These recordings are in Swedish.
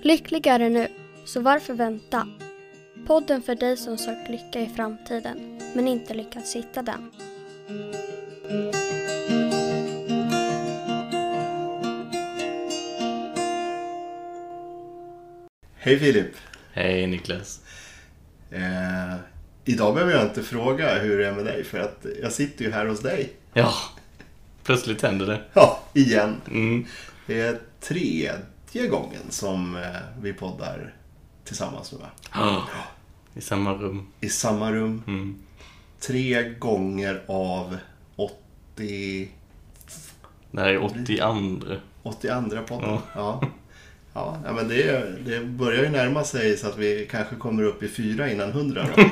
Lyckligare nu, så varför vänta? Podden för dig som sökt lycka i framtiden, men inte lyckats hitta den. Hej Filip. Hej Niklas. Idag behöver jag inte fråga hur det är med dig, för att jag sitter ju här hos dig. Ja, plötsligt händer det. Ja, igen. Mm. Det är tredje gången som vi poddar tillsammans nu, va? Ja, i samma rum. I samma rum. Mm. 3 gånger av 80... Det här är 82. 82 podden. Ja. Ja, men det börjar ju närma sig så att vi kanske kommer upp i 4 innan 100 då.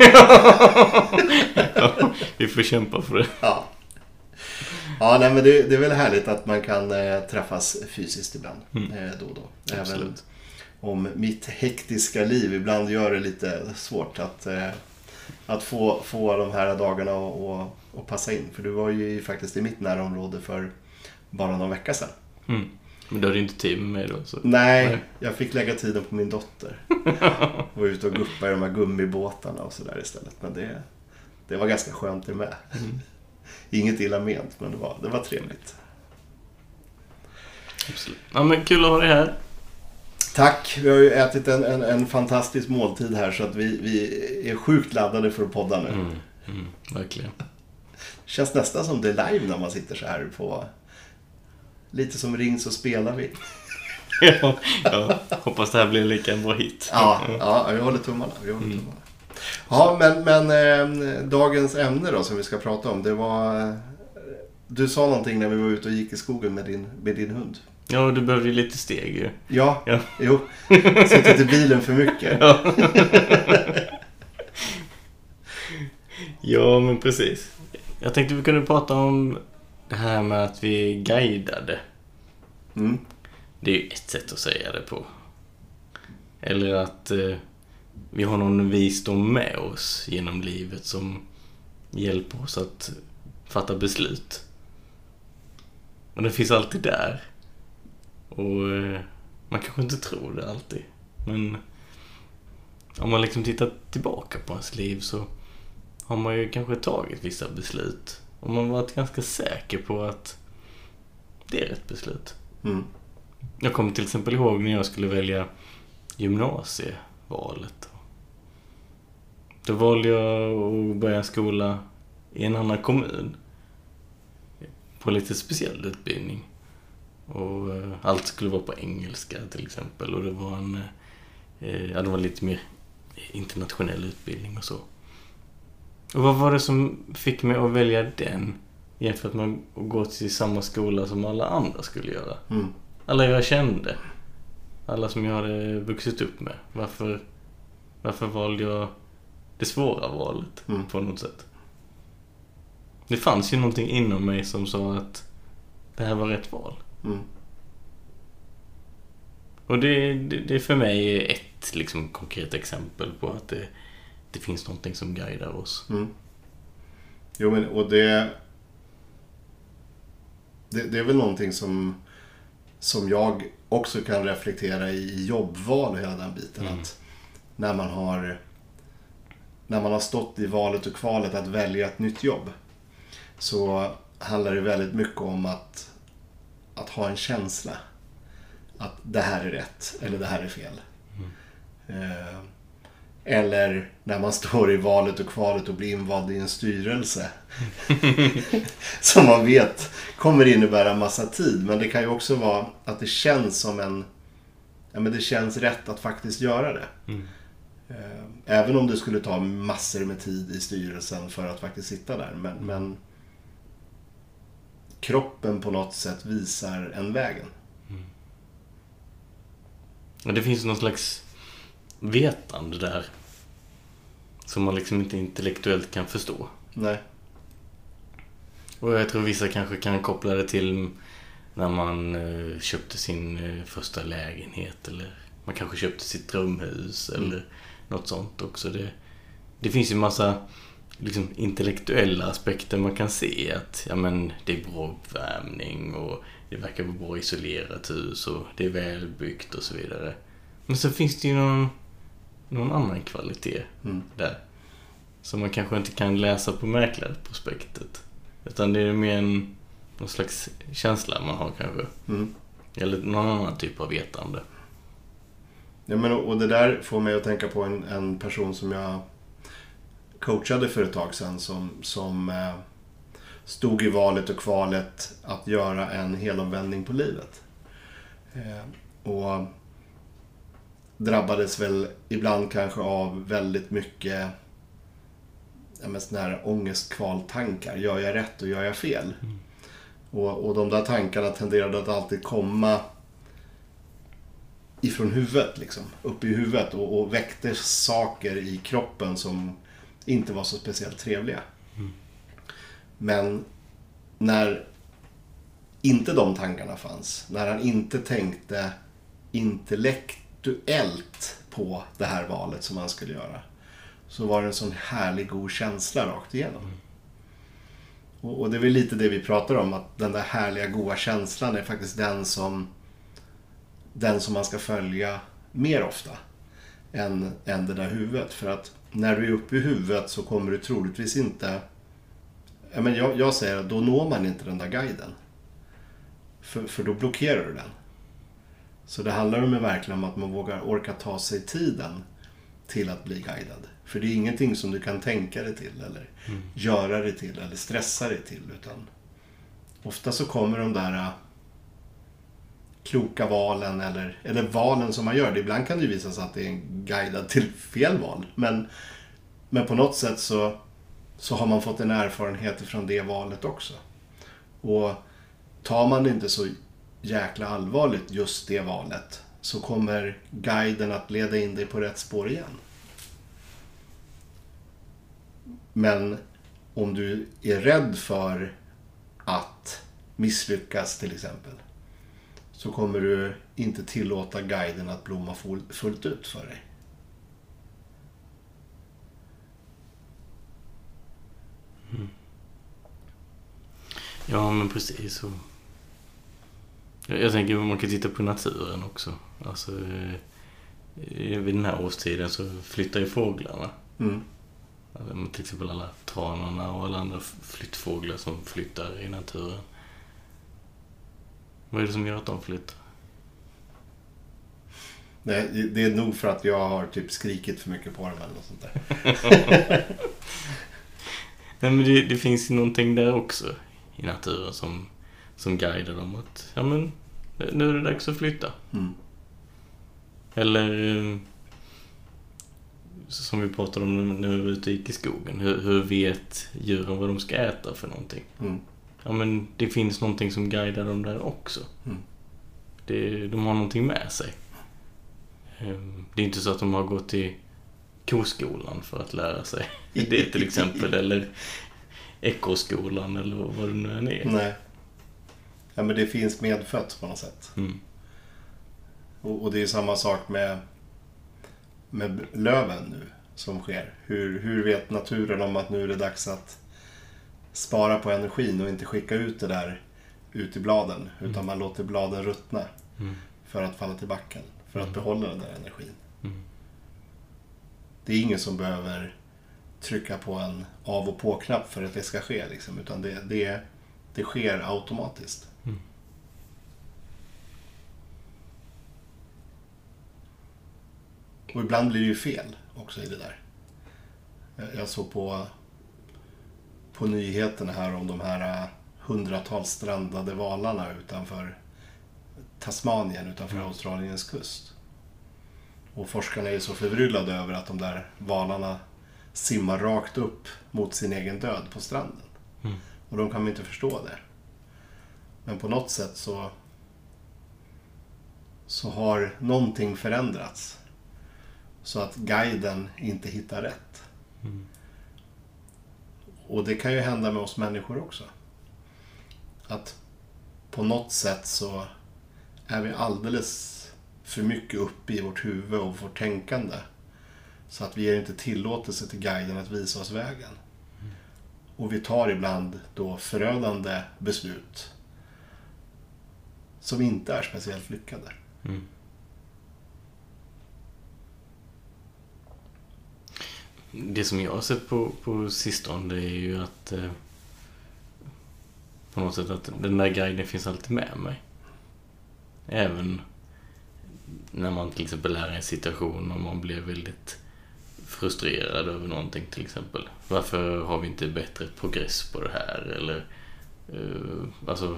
Ja, vi får kämpa för det. Ja, nej, men det är väl härligt att man kan träffas fysiskt ibland, då och då. Absolut. Även om mitt hektiska liv ibland gör det lite svårt att få de här dagarna att passa in. För du var ju faktiskt i mitt närområde för bara någon vecka sedan. Mm. Men då är det inte tid med mig då? Så. Nej, jag fick lägga tiden på min dotter. Och ute och guppa i de här gummibåtarna och sådär istället. Men det var ganska skönt det med. Inget illa ment, men det var trevligt. Absolut. Ja, men kul att ha dig här. Tack, vi har ju ätit en fantastisk måltid här, så att vi är sjukt laddade för att podda nu. Verkligen. Känns nästan som det är live när man sitter så här på... Lite som Ring så spelar vi. Ja, hoppas det här blir lika en bra hit. Ja, vi håller tummarna. Ja, men dagens ämne då som vi ska prata om, det var... Du sa någonting när vi var ute och gick i skogen med din hund. Ja, du behövde ju lite steg ju. Ja. Jo. Suttit i bilen för mycket. Ja. Ja, men precis. Jag tänkte vi kunde prata om det här med att vi är guidade. Det är ju ett sätt att säga det på. Eller att vi har någon visdom med oss genom livet som hjälper oss att fatta beslut. Och det finns alltid där. Och man kanske inte tror det alltid. Men om man liksom tittar tillbaka på ens liv så har man ju kanske tagit vissa beslut. Och man har varit ganska säker på att det är rätt beslut. Jag kommer till exempel ihåg när jag skulle välja gymnasievalet. Då valde jag att börja en skola i en annan kommun. På lite speciell utbildning. Och allt skulle vara på engelska till exempel. Och det var det var lite mer internationell utbildning och så. Och vad var det som fick mig att välja den jämfört med att gå till samma skola som alla andra skulle göra? Alla jag kände. Alla som jag hade vuxit upp med. Varför valde jag det svåra valet på något sätt? Det fanns ju någonting inom mig som sa att det här var rätt val. Och det för mig är ett liksom konkret exempel på att det finns någonting som guidar oss. Jo, men och det är väl någonting som jag också kan reflektera i jobbval och hela den biten. Att när man har stått i valet och kvalet att välja ett nytt jobb, så handlar det väldigt mycket om att ha en känsla att det här är rätt eller det här är fel. Eller när man står i valet och kvalet och blir invald i en styrelse som man vet kommer innebära massa tid. Men det kan ju också vara att det känns som men det känns rätt att faktiskt göra det. Även om det skulle ta massor med tid i styrelsen för att faktiskt sitta där. Men kroppen på något sätt visar en vägen. Och det finns någon slags vetande där som man liksom inte intellektuellt kan förstå. Nej. Och jag tror vissa kanske kan koppla det till när man köpte sin första lägenhet, eller man kanske köpte sitt drömhus eller något sånt också. Det finns ju massa liksom intellektuella aspekter man kan se, att ja, men det är bra uppvärmning och det verkar vara bra isolerat hus och det är välbyggt och så vidare. Men så finns det ju någon annan kvalitet där. Som man kanske inte kan läsa på mäklarprospektet. Utan det är mer någon slags känsla man har kanske. Eller någon annan typ av vetande. Ja, men, och det där får mig att tänka på en person som jag coachade för ett tag sedan. Som stod i valet och kvalet att göra en helomvändning på livet. Och drabbades väl ibland kanske av väldigt mycket såna här ångestkvaltankar. Gör jag rätt och gör jag fel? Och de där tankarna tenderade att alltid komma ifrån huvudet liksom, upp i huvudet och väckte saker i kroppen som inte var så speciellt trevliga. Men när inte de tankarna fanns, när han inte tänkte intellektuellt på det här valet som han skulle göra, så var det en sån härlig god känsla rakt igenom. Och det är väl lite det vi pratar om, att den där härliga goda känslan är faktiskt den som man ska följa mer ofta än det där huvudet. För att när du är uppe i huvudet så kommer du troligtvis inte... Jag säger att då når man inte den där guiden. För då blockerar du den. Så det handlar verkligen om att man vågar orka ta sig tiden till att bli guidad. För det är ingenting som du kan tänka dig till eller göra dig till eller stressa dig till. Utan ofta så kommer de där kloka valen eller valen som man gör. Ibland kan det visa sig att det är en guidad till fel val. Men på något sätt så har man fått en erfarenhet från det valet också. Och tar man inte så jäkla allvarligt just det valet, så kommer guiden att leda in dig på rätt spår igen. Men om du är rädd för att misslyckas till exempel, så kommer du inte tillåta guiden att blomma fullt ut för dig. Ja, men precis. Jag tänker att man kan titta på naturen också. Alltså, vid den här årstiden så flyttar ju fåglarna. Alltså, till exempel alla tranorna och alla andra flyttfåglar som flyttar i naturen. Vad är det som gör att de flyttar? Nej, det är nog för att jag har typ skrikit för mycket på dem eller något sånt där. Nej, men det finns ju någonting där också i naturen som guidar dem att ja, men nu är det dags att flytta. Eller som vi pratade om när vi var ute och gick i skogen. Hur vet djuren vad de ska äta för någonting? Ja, men det finns någonting som guidar dem där också. De har någonting med sig. Det är inte så att de har gått i koskolan för att lära sig det till exempel. Eller ekoskolan eller vad det nu än är. Nej. Ja, men det finns medfött på något sätt. Och det är samma sak med löven nu som sker. Hur vet naturen om att nu är det dags att spara på energin och inte skicka ut det där ut i bladen, utan man låter bladen ruttna för att falla till backen, för att behålla den där energin. Det är ingen som behöver trycka på en av- och på-knapp för att det ska ske liksom, utan det sker automatiskt. Och ibland blir det ju fel också i det där. Jag såg på nyheterna här om de här hundratals strandade valarna utanför Tasmanien, utanför Australiens kust. Och forskarna är så förbryllade över att de där valarna simmar rakt upp mot sin egen död på stranden. Och de kan inte förstå det. Men på något sätt så har någonting förändrats. Så att guiden inte hittar rätt. Och det kan ju hända med oss människor också. Att på något sätt så är vi alldeles för mycket uppe i vårt huvud och vårt tänkande. Så att vi ger inte tillåtelse till guiden att visa oss vägen. Och vi tar ibland då förödande beslut som inte är speciellt lyckade. Det som jag har sett på sistone, det är ju att på något sätt att den där guiden finns alltid med mig. Även när man till exempel är i en situation och man blir väldigt frustrerad över någonting till exempel. Varför har vi inte bättre progress på det här? Eller alltså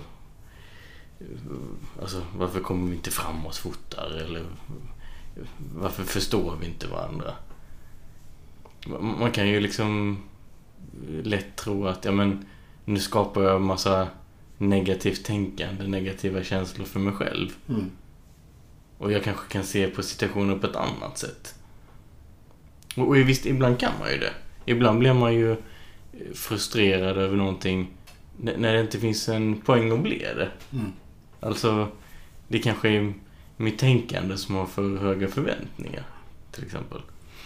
varför kommer vi inte framåt fortare? Eller varför förstår vi inte varandra? Man kan ju liksom lätt tro att nu skapar jag en massa negativt tänkande, negativa känslor för mig själv. Och jag kanske kan se på situationer på ett annat sätt. Och visst, ibland kan man ju det. Ibland blir man ju frustrerad över någonting när det inte finns en poäng att bli det. Alltså, det kanske är mitt tänkande som har för höga förväntningar, till exempel.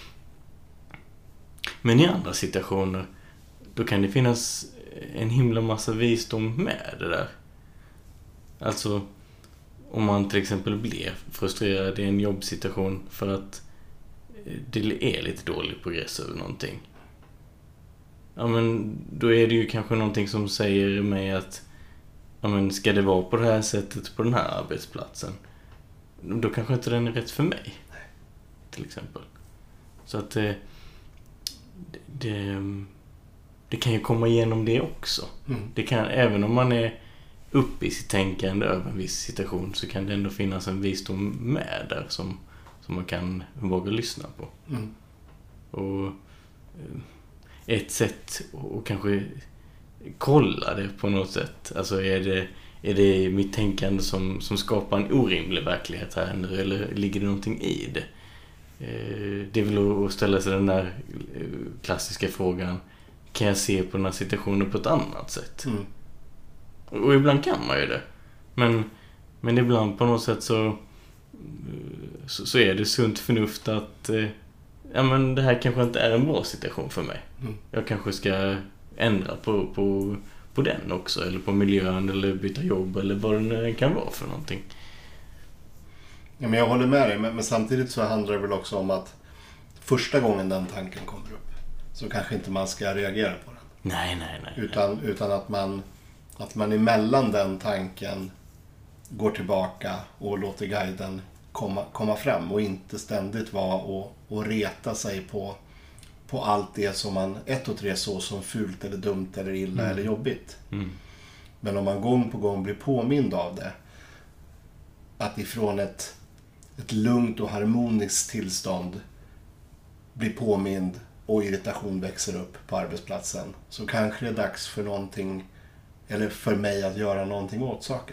Men i andra situationer, då kan det finnas en himla massa visdom med det där. Alltså, om man till exempel blir frustrerad i en jobbsituation för att det är lite dålig progress över någonting. Ja, men då är det ju kanske någonting som säger mig att ska det vara på det här sättet på den här arbetsplatsen, då kanske inte den är rätt för mig. Till exempel. Så att det kan ju komma igenom det också. Det kan, även om man är uppe i sitt tänkande över en viss situation, så kan det ändå finnas en visdom med där som man kan våga lyssna på. Och ett sätt att kanske kolla det på något sätt. Alltså är det mitt tänkande som skapar en orimlig verklighet här nu, eller ligger det någonting i det? Det är väl att ställa sig den där klassiska frågan: kan jag se på den här situationen på ett annat sätt? Och ibland kan man ju det. Men ibland på något sätt så är det sunt förnuft att det här kanske inte är en bra situation för mig. Jag kanske ska ändra på den också, eller på miljön, eller byta jobb, eller vad det nu kan vara för någonting. Ja, men jag håller med dig, men samtidigt så handlar det väl också om att första gången den tanken kommer upp så kanske inte man ska reagera på den. Nej. Utan att man emellan den tanken går tillbaka och låter guiden komma fram, och inte ständigt vara och reta sig på allt det som man 1 och 3 så som fult eller dumt eller illa eller jobbigt. Men om man gång på gång blir påmind av det, att ifrån ett lugnt och harmoniskt tillstånd blir påmind och irritation växer upp på arbetsplatsen, så kanske det är dags för någonting, eller för mig att göra någonting åt saken.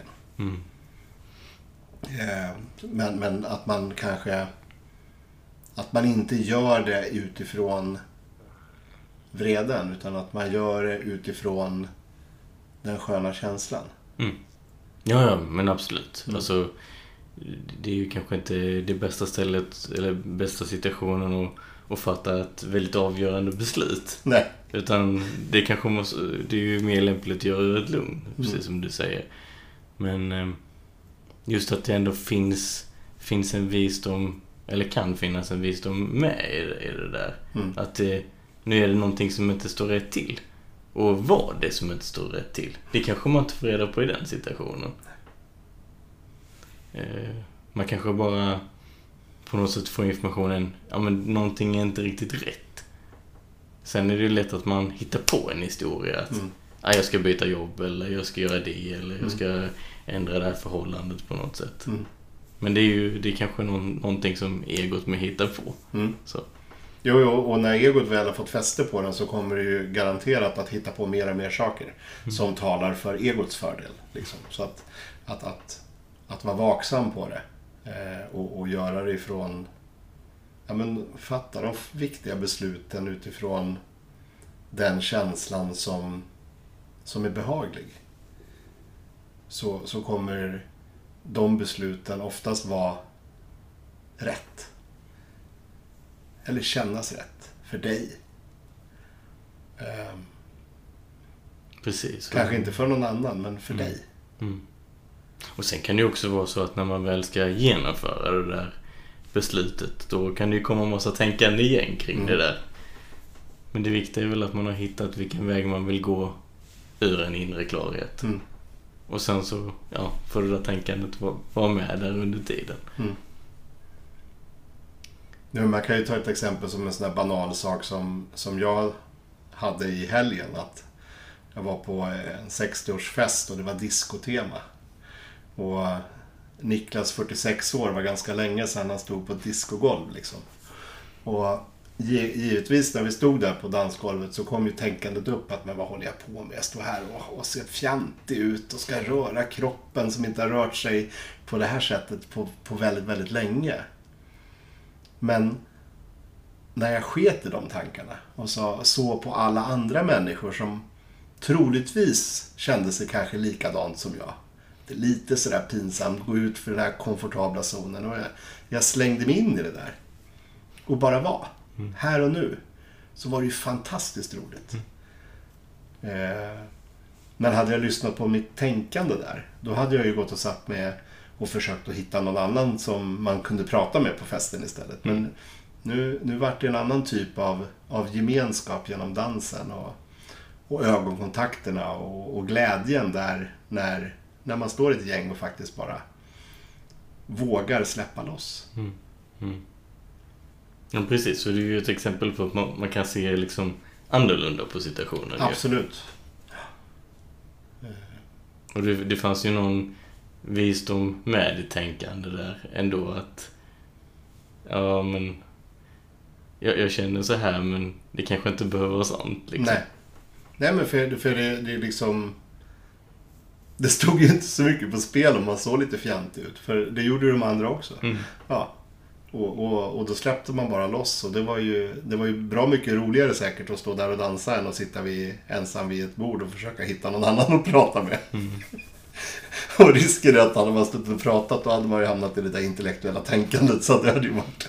Men att man kanske inte gör det utifrån vreden, utan att man gör det utifrån den sköna känslan. Ja, men absolut. Alltså, det är ju kanske inte det bästa stället eller bästa situationen att fatta ett väldigt avgörande beslut. Nej. Utan det är ju mer lämpligt att göra ett lugn, precis som du säger. Men just att det ändå finns en visdom, eller kan finnas en visdom med i det där. Att nu är det någonting som inte står rätt till. Och vad det som inte står rätt till, det kanske man inte får reda på i den situationen. Man kanske bara på något sätt får informationen, någonting är inte riktigt rätt. Sen är det ju lätt att man hittar på en historia att jag ska byta jobb, eller jag ska göra det, eller jag ska ändra det här förhållandet på något sätt. Men det är kanske någonting som egot med hittar på. Så. Jo, och när egot väl har fått fäste på den, så kommer det ju garanterat att hitta på mer och mer saker som talar för egots fördel. Liksom. Så att vara vaksam på det och göra det ifrån, fatta de viktiga besluten utifrån den känslan som är behaglig. Så kommer de besluten oftast vara rätt. Eller kännas rätt för dig. Precis. Kanske inte för någon annan, men för dig. Och sen kan det också vara så att när man väl ska genomföra det där beslutet, då kan det ju komma en massa tänkande igen kring det där. Men det viktiga är väl att man har hittat vilken väg man vill gå ur en inre klarhet. Och sen så får det där tänkandet vara med där under tiden. Nu, man kan ju ta ett exempel som en sån där banal sak som jag hade i helgen. Att jag var på en 60-årsfest och det var diskotema. Och Niklas, 46 år, var ganska länge sedan han stod på ett diskogolv liksom. Och givetvis när vi stod där på dansgolvet så kom ju tänkandet upp att men vad håller jag på med? Jag står här och ser fjantig ut och ska röra kroppen som inte har rört sig på det här sättet på väldigt, väldigt länge. Men när jag sket i de tankarna och så på alla andra människor som troligtvis kände sig kanske likadant som jag. Det är lite sådär pinsamt, gå ut för den här komfortabla zonen. Och jag slängde mig in i det där. Och bara var. Här och nu. Så var det ju fantastiskt roligt. Men hade jag lyssnat på mitt tänkande där, då hade jag ju gått och satt med och försökt att hitta någon annan som man kunde prata med på festen istället. Men nu vart det en annan typ av gemenskap genom dansen och ögonkontakterna och glädjen där när man står i ett gäng och faktiskt bara vågar släppa loss. Ja, precis. Så det är ju ett exempel på att man kan se liksom annorlunda på situationen. Absolut. Och det fanns ju någon visdom med i tänkande där ändå att men jag känner så här, men det kanske inte behöver vara sant liksom. Nej, men för det är liksom, det stod ju inte så mycket på spel om man såg lite fjantig ut, för det gjorde ju de andra också. Ja. Och då släppte man bara loss, och det var ju bra mycket roligare säkert att stå där och dansa än att sitta ensam vid ett bord och försöka hitta någon annan att prata med. Och risken är att hade man stått och pratat, då hade man ju hamnat i det där intellektuella tänkandet, så det hade ju varit.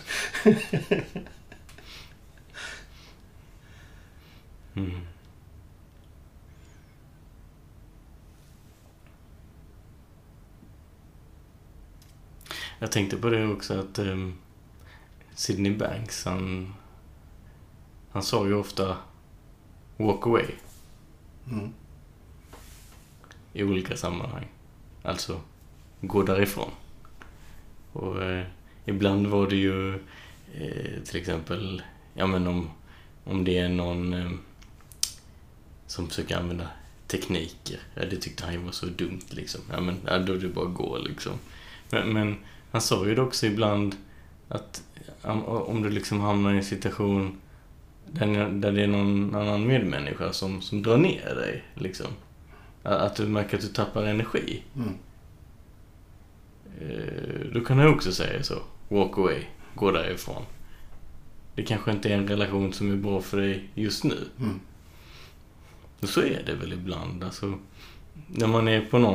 Jag tänkte på det också att Sydney Banks, han sa ju ofta walk away i olika sammanhang. Alltså gå därifrån. Och ibland var det ju till exempel om det är någon som försöker använda tekniker. Det tyckte han ju var så dumt liksom. Då är det bara gå liksom. Men han sa ju det också ibland att om du liksom hamnar i en situation där det är någon annan medmänniska som drar ner dig liksom, att du märker att du tappar energi, då kan jag också säga så: walk away, gå därifrån. Det kanske inte är en relation som är bra för dig just nu. Och så är det väl ibland, alltså, när man är på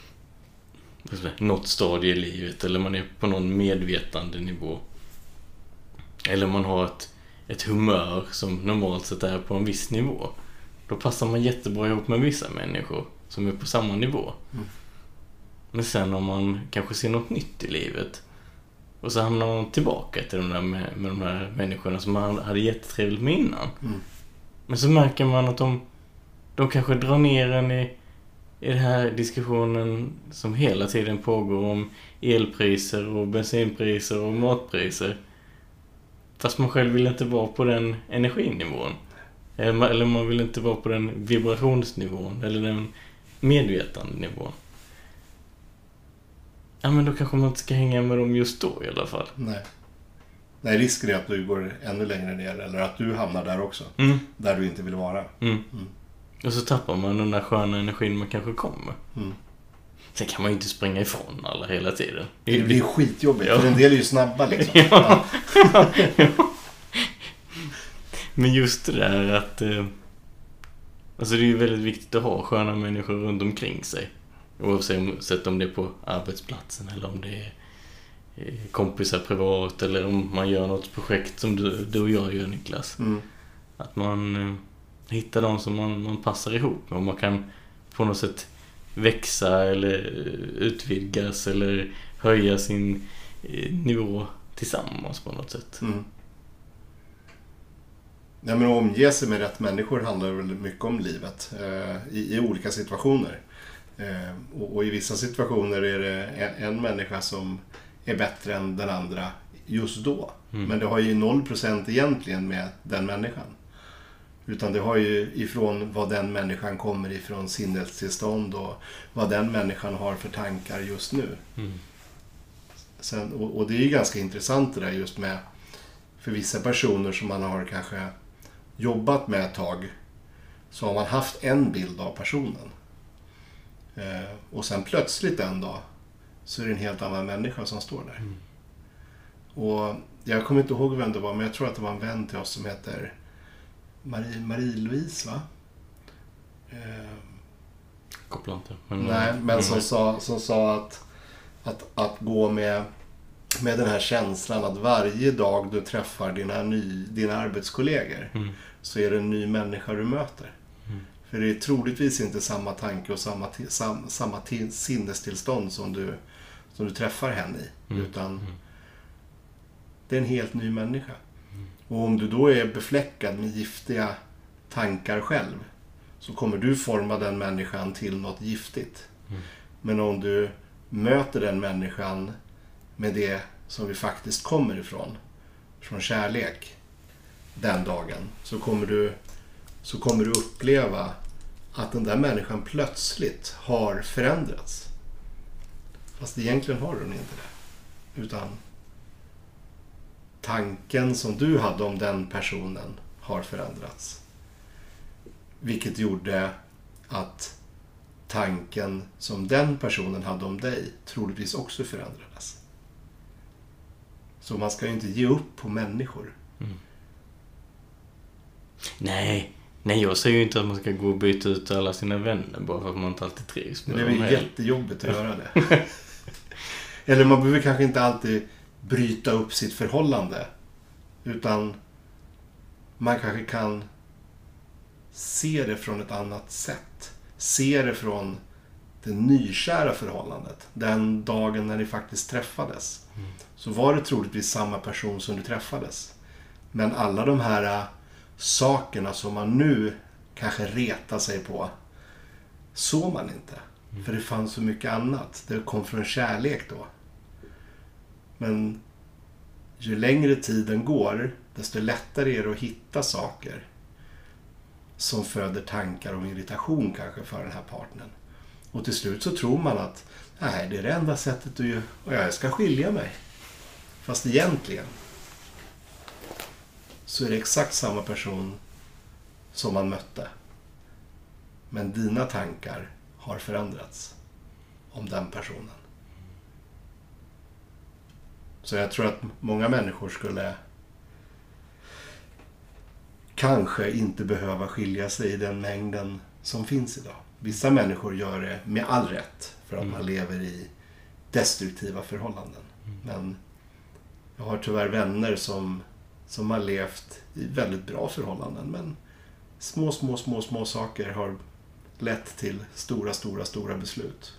något stadie i livet, eller man är på någon medvetande nivå, eller man har ett humör som normalt sett är på en viss nivå, då passar man jättebra ihop med vissa människor som är på samma nivå. Men sen om man kanske ser något nytt i livet, och så hamnar man tillbaka till med de här människorna som man hade jättetrevligt med innan, men så märker man att de kanske drar ner en i den här diskussionen som hela tiden pågår om elpriser och bensinpriser och matpriser. Fast man själv vill inte vara på den energinivån. Eller man vill inte vara på den vibrationsnivån eller den medvetandenivån. Ja, men då kanske man inte ska hänga med dem just då i alla fall. Nej, risken är att du går ännu längre ner, eller att du hamnar där också. Där du inte vill vara. Och så tappar man den där sköna energin man kanske kommer. Sen kan man ju inte springa ifrån alla hela tiden. Det blir skitjobbigt, för en del är ju snabba liksom. Ja. Men just det där att alltså det är ju väldigt viktigt att ha sköna människor runt omkring sig. Oavsett om det är på arbetsplatsen, eller om det är kompisar privat, eller om man gör något projekt som du och jag gör, Niklas. Att man hittar de som man passar ihop med, och man kan på något sätt växa eller utvidgas eller höja sin nivå tillsammans på något sätt. Ja, men att omge sig med rätt människor handlar väldigt mycket om livet i olika situationer. Och i vissa situationer är det en människa som är bättre än den andra just då. Men det har ju 0% egentligen med den människan. Utan det har ju ifrån vad den människan kommer ifrån sinnestillstånd och vad den människan har för tankar just nu. Sen, och det är ju ganska intressant det där just med för vissa personer som man har kanske jobbat med ett tag, så har man haft en bild av personen. Och sen plötsligt en dag så är det en helt annan människa som står där. Och jag kommer inte ihåg vem det var, men jag tror att det var en vän till oss som heter Marie-Louise, va? Kopplar inte. Men som sa att gå med den här känslan att varje dag du träffar dina arbetskollegor så är det en ny människa du möter. För det är troligtvis inte samma tanke och samma sinnestillstånd som du träffar henne i. Utan det är en helt ny människa. Och om du då är befläckad med giftiga tankar själv, så kommer du forma den människan till något giftigt. Men om du möter den människan med det som vi faktiskt kommer ifrån, från kärlek, den dagen, så kommer du uppleva att den där människan plötsligt har förändrats. Fast egentligen har den inte det. Utan tanken som du hade om den personen har förändrats. Vilket gjorde att tanken som den personen hade om dig troligtvis också förändrades. Så man ska ju inte ge upp på människor. Nej, jag säger ju inte att man ska gå och byta ut alla sina vänner bara för att man inte alltid trivs med dem. Det är jättejobbigt att göra det. Eller man behöver kanske inte alltid bryta upp sitt förhållande. Utan man kanske kan se det från ett annat sätt. Se det från det nykära förhållandet. Den dagen när ni faktiskt träffades. Så var det troligtvis samma person som du träffades. Men alla de här sakerna som man nu kanske retar sig på, såg man inte. För det fanns så mycket annat. Det kom från kärlek då. Men ju längre tiden går, desto lättare är det att hitta saker som föder tankar om irritation kanske för den här partnern. Och till slut så tror man att nej, det är det enda sättet att och jag ska skilja mig. Fast egentligen så är det exakt samma person som man mötte. Men dina tankar har förändrats om den personen. Så jag tror att många människor skulle kanske inte behöva skilja sig i den mängden som finns idag. Vissa människor gör det med all rätt för att man lever i destruktiva förhållanden. Men jag har tyvärr vänner som har levt i väldigt bra förhållanden, men små saker har lett till stora beslut.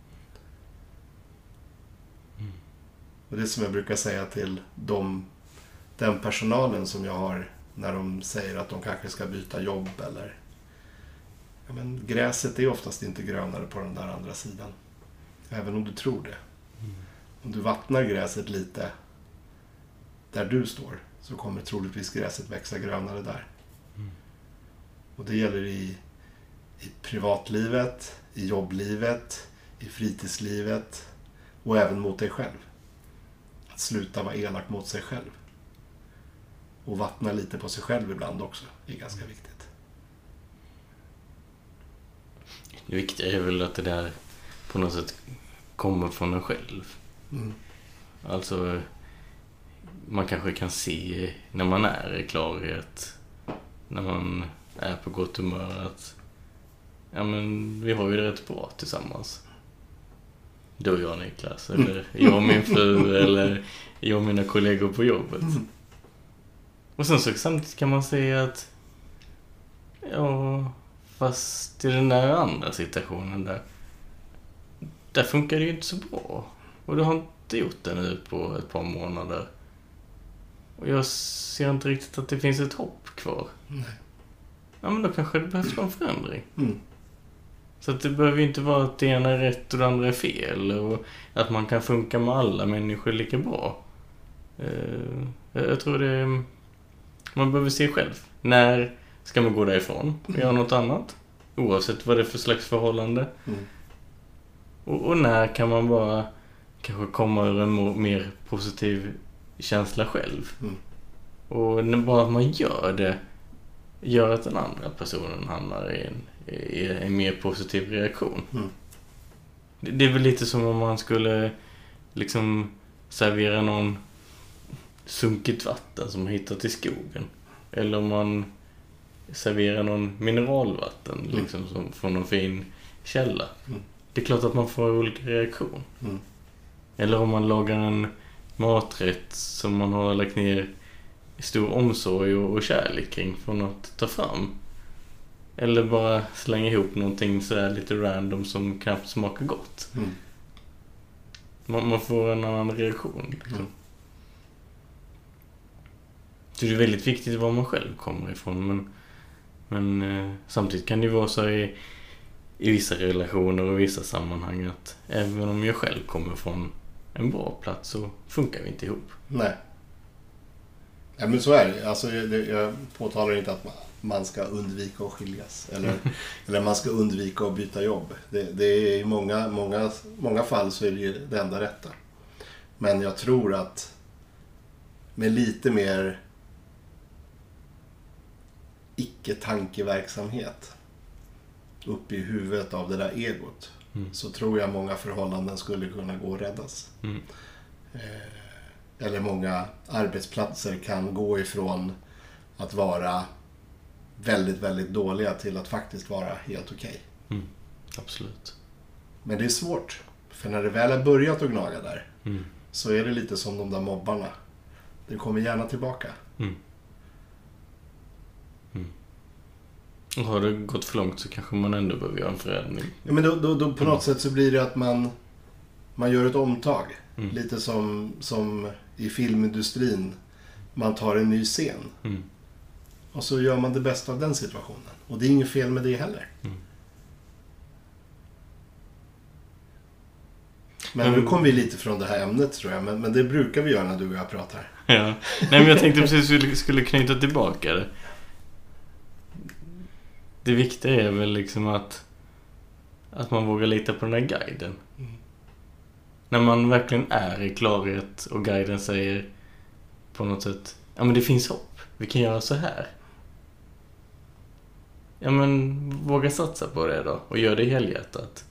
Och det som jag brukar säga till den personalen som jag har när de säger att de kanske ska byta jobb eller... Ja, men gräset är oftast inte grönare på den där andra sidan. Även om du tror det. Om du vattnar gräset lite där du står, så kommer troligtvis gräset växa grönare där. Och det gäller i privatlivet, i jobblivet, i fritidslivet och även mot dig själv. Att sluta vara elak mot sig själv. Och vattna lite på sig själv ibland också är ganska viktigt. Det viktiga är väl att det där på något sätt kommer från en själv. Alltså, man kanske kan se när man är i klarhet, när man är på gott humör, att ja, men vi har ju det rätt bra tillsammans. Du och jag, Niklas, eller jag och min fru, eller jag och mina kollegor på jobbet. Och sen så samtidigt kan man säga att ja, fast i den där andra situationen där funkar det ju inte så bra. Och du har inte gjort det nu på ett par månader. Och jag ser inte riktigt att det finns ett hopp kvar. Nej. Ja, men då kanske det behövs en förändring. Mm. Så att det behöver ju inte vara att det ena är rätt och det andra är fel. Och att man kan funka med alla människor lika bra. Jag tror det... Man behöver se själv. När ska man gå därifrån och göra något annat? Oavsett vad det är för slags förhållande. Mm. Och när kan man bara kanske komma ur en mer positiv känsla själv. Mm. Och när bara att man gör det gör att den andra personen hamnar i en mer positiv reaktion. Mm. Det är väl lite som om man skulle liksom servera någon sunkigt vatten som man hittat i skogen. Eller om man serverar någon mineralvatten liksom som från någon fin källa. Mm. Det är klart att man får olika reaktion. Mm. Eller om man lagar en maträtt som man har lagt ner stor omsorg och kärlek kring från att ta fram. Eller bara slänga ihop någonting sådär lite random som knappt smakar gott. Mm. Man får en annan reaktion. Liksom. Mm. Så det är väldigt viktigt var man själv kommer ifrån. Men samtidigt kan det ju vara så i vissa relationer och vissa sammanhang att även om jag själv kommer från en bra plats så funkar vi inte ihop. Nej. Ja, men så är det. Alltså, jag påtalar inte att man ska undvika att skiljas. Eller man ska undvika att byta jobb. Det är i många fall så är det ju det enda rätta. Men jag tror att med lite mer icke-tankeverksamhet uppe i huvudet av det där egot så tror jag många förhållanden skulle kunna gå att räddas. Mm. Eller många arbetsplatser kan gå ifrån att vara väldigt, väldigt dåliga till att faktiskt vara helt okej. Mm. Absolut. Men det är svårt. För när det väl har börjat att gnaga där Mm. så är det lite som de där mobbarna. Det kommer gärna tillbaka. Mm. Mm. Och har det gått för långt så kanske man ändå behöver göra en förändring. Ja, men då på något sätt så blir det att man gör ett omtag. Mm. Lite som i filmindustrin. Man tar en ny scen. Mm. Och så gör man det bästa av den situationen. Och det är inget fel med det heller. Mm. Men nu kom vi lite från det här ämnet tror jag. Men det brukar vi göra när du och jag pratar. Ja. Nej, men jag tänkte precis att vi skulle knyta tillbaka det. Det viktiga är väl liksom att man vågar lita på den här guiden. Mm. När man verkligen är i klarhet och guiden säger på något sätt, ja men det finns hopp, vi kan göra så här. Ja men våga satsa på det då och gör det helhjärtat.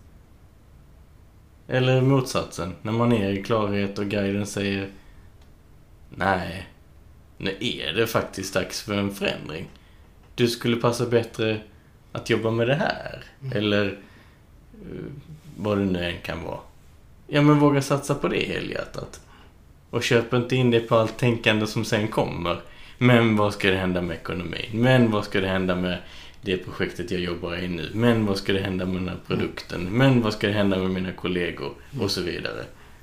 Eller motsatsen, när man är i klarhet och guiden säger, nej, nu är det faktiskt dags för en förändring. Du skulle passa bättre att jobba med det här. Eller vad det nu än kan vara. Ja men våga satsa på det helhjärtat. Och köp inte in det på allt tänkande som sen kommer. Men vad ska det hända med ekonomin? Men vad ska det hända med det projektet jag jobbar i nu? Men vad ska det hända med den här produkten? Men vad ska det hända med mina kollegor? Och så vidare.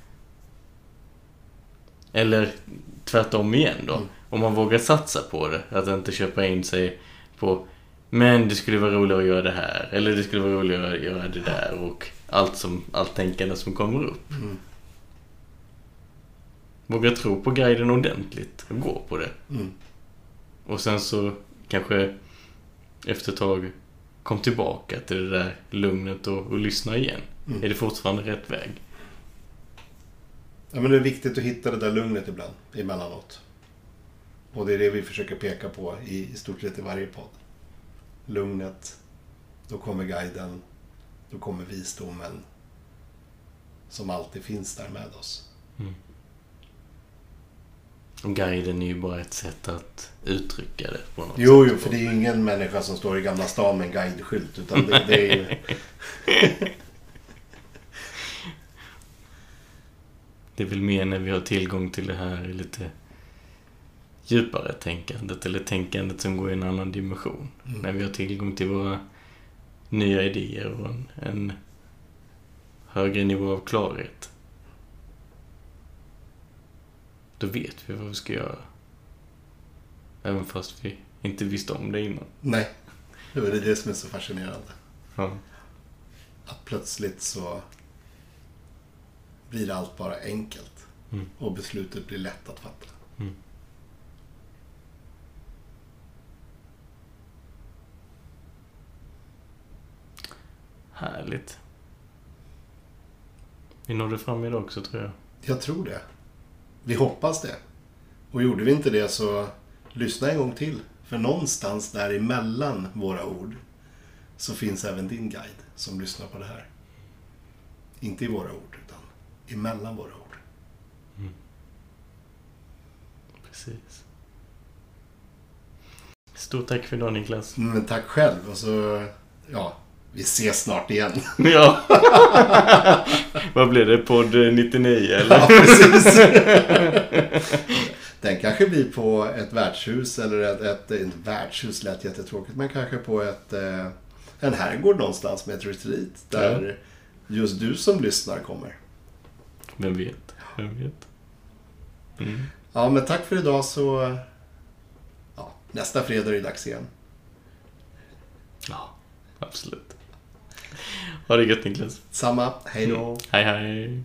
Eller tvärtom igen då. Om man vågar satsa på det. Att inte köpa in sig på, men det skulle vara roligt att göra det här. Eller det skulle vara roligt att göra det där. Och allt tänkande som kommer upp. Mm. Våga tro på guiden ordentligt och gå på det. Mm. Och sen så kanske efter ett tag kom tillbaka till det där lugnet och lyssna igen. Mm. Är det fortfarande rätt väg? Ja, men det är viktigt att hitta det där lugnet ibland, emellanåt. Och det är det vi försöker peka på i stort sett i varje podd. Lugnet, då kommer guiden, då kommer visdomen som alltid finns där med oss. Mm. Och guiden är ju bara ett sätt att uttrycka det på något sätt. Jo, för det är ju ingen människa som står i Gamla stan med en guideskylt, utan det är ju... Det är väl mer när vi har tillgång till det här lite djupare tänkandet eller tänkandet som går i en annan dimension. Mm. När vi har tillgång till våra nya idéer och en högre nivå av klarhet. Då vet vi vad vi ska göra. Även fast vi inte visste om det innan. Nej, det är det som är så fascinerande. Ja. Att plötsligt så blir allt bara enkelt. Och beslutet blir lätt att fatta. Härligt. Vi nådde fram idag också, tror jag. Jag tror det. Vi hoppas det. Och gjorde vi inte det så lyssna en gång till. För någonstans där emellan våra ord så finns även din guide som lyssnar på det här. Inte i våra ord utan emellan våra ord. Precis. Stort tack för idag, Niklas. Men tack själv. Och så, ja, vi ses snart igen. Ja. Vad blir det? Podd 99 eller? Ja, precis. Den kanske blir på ett värdshus eller ett värdshus lät jättetråkigt, men kanske på en herrgård någonstans med ett retreat där just du som lyssnar kommer. Vem vet? Ja, men tack för idag så nästa fredag är det dags igen. Ja, absolut. Ha det gött, Niklas. Samma, hej då. Hej.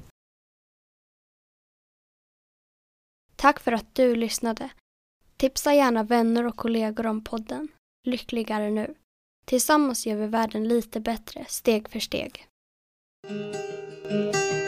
Tack för att du lyssnade. Tipsa gärna vänner och kollegor om podden. Lyckligare nu. Tillsammans gör vi världen lite bättre, steg för steg.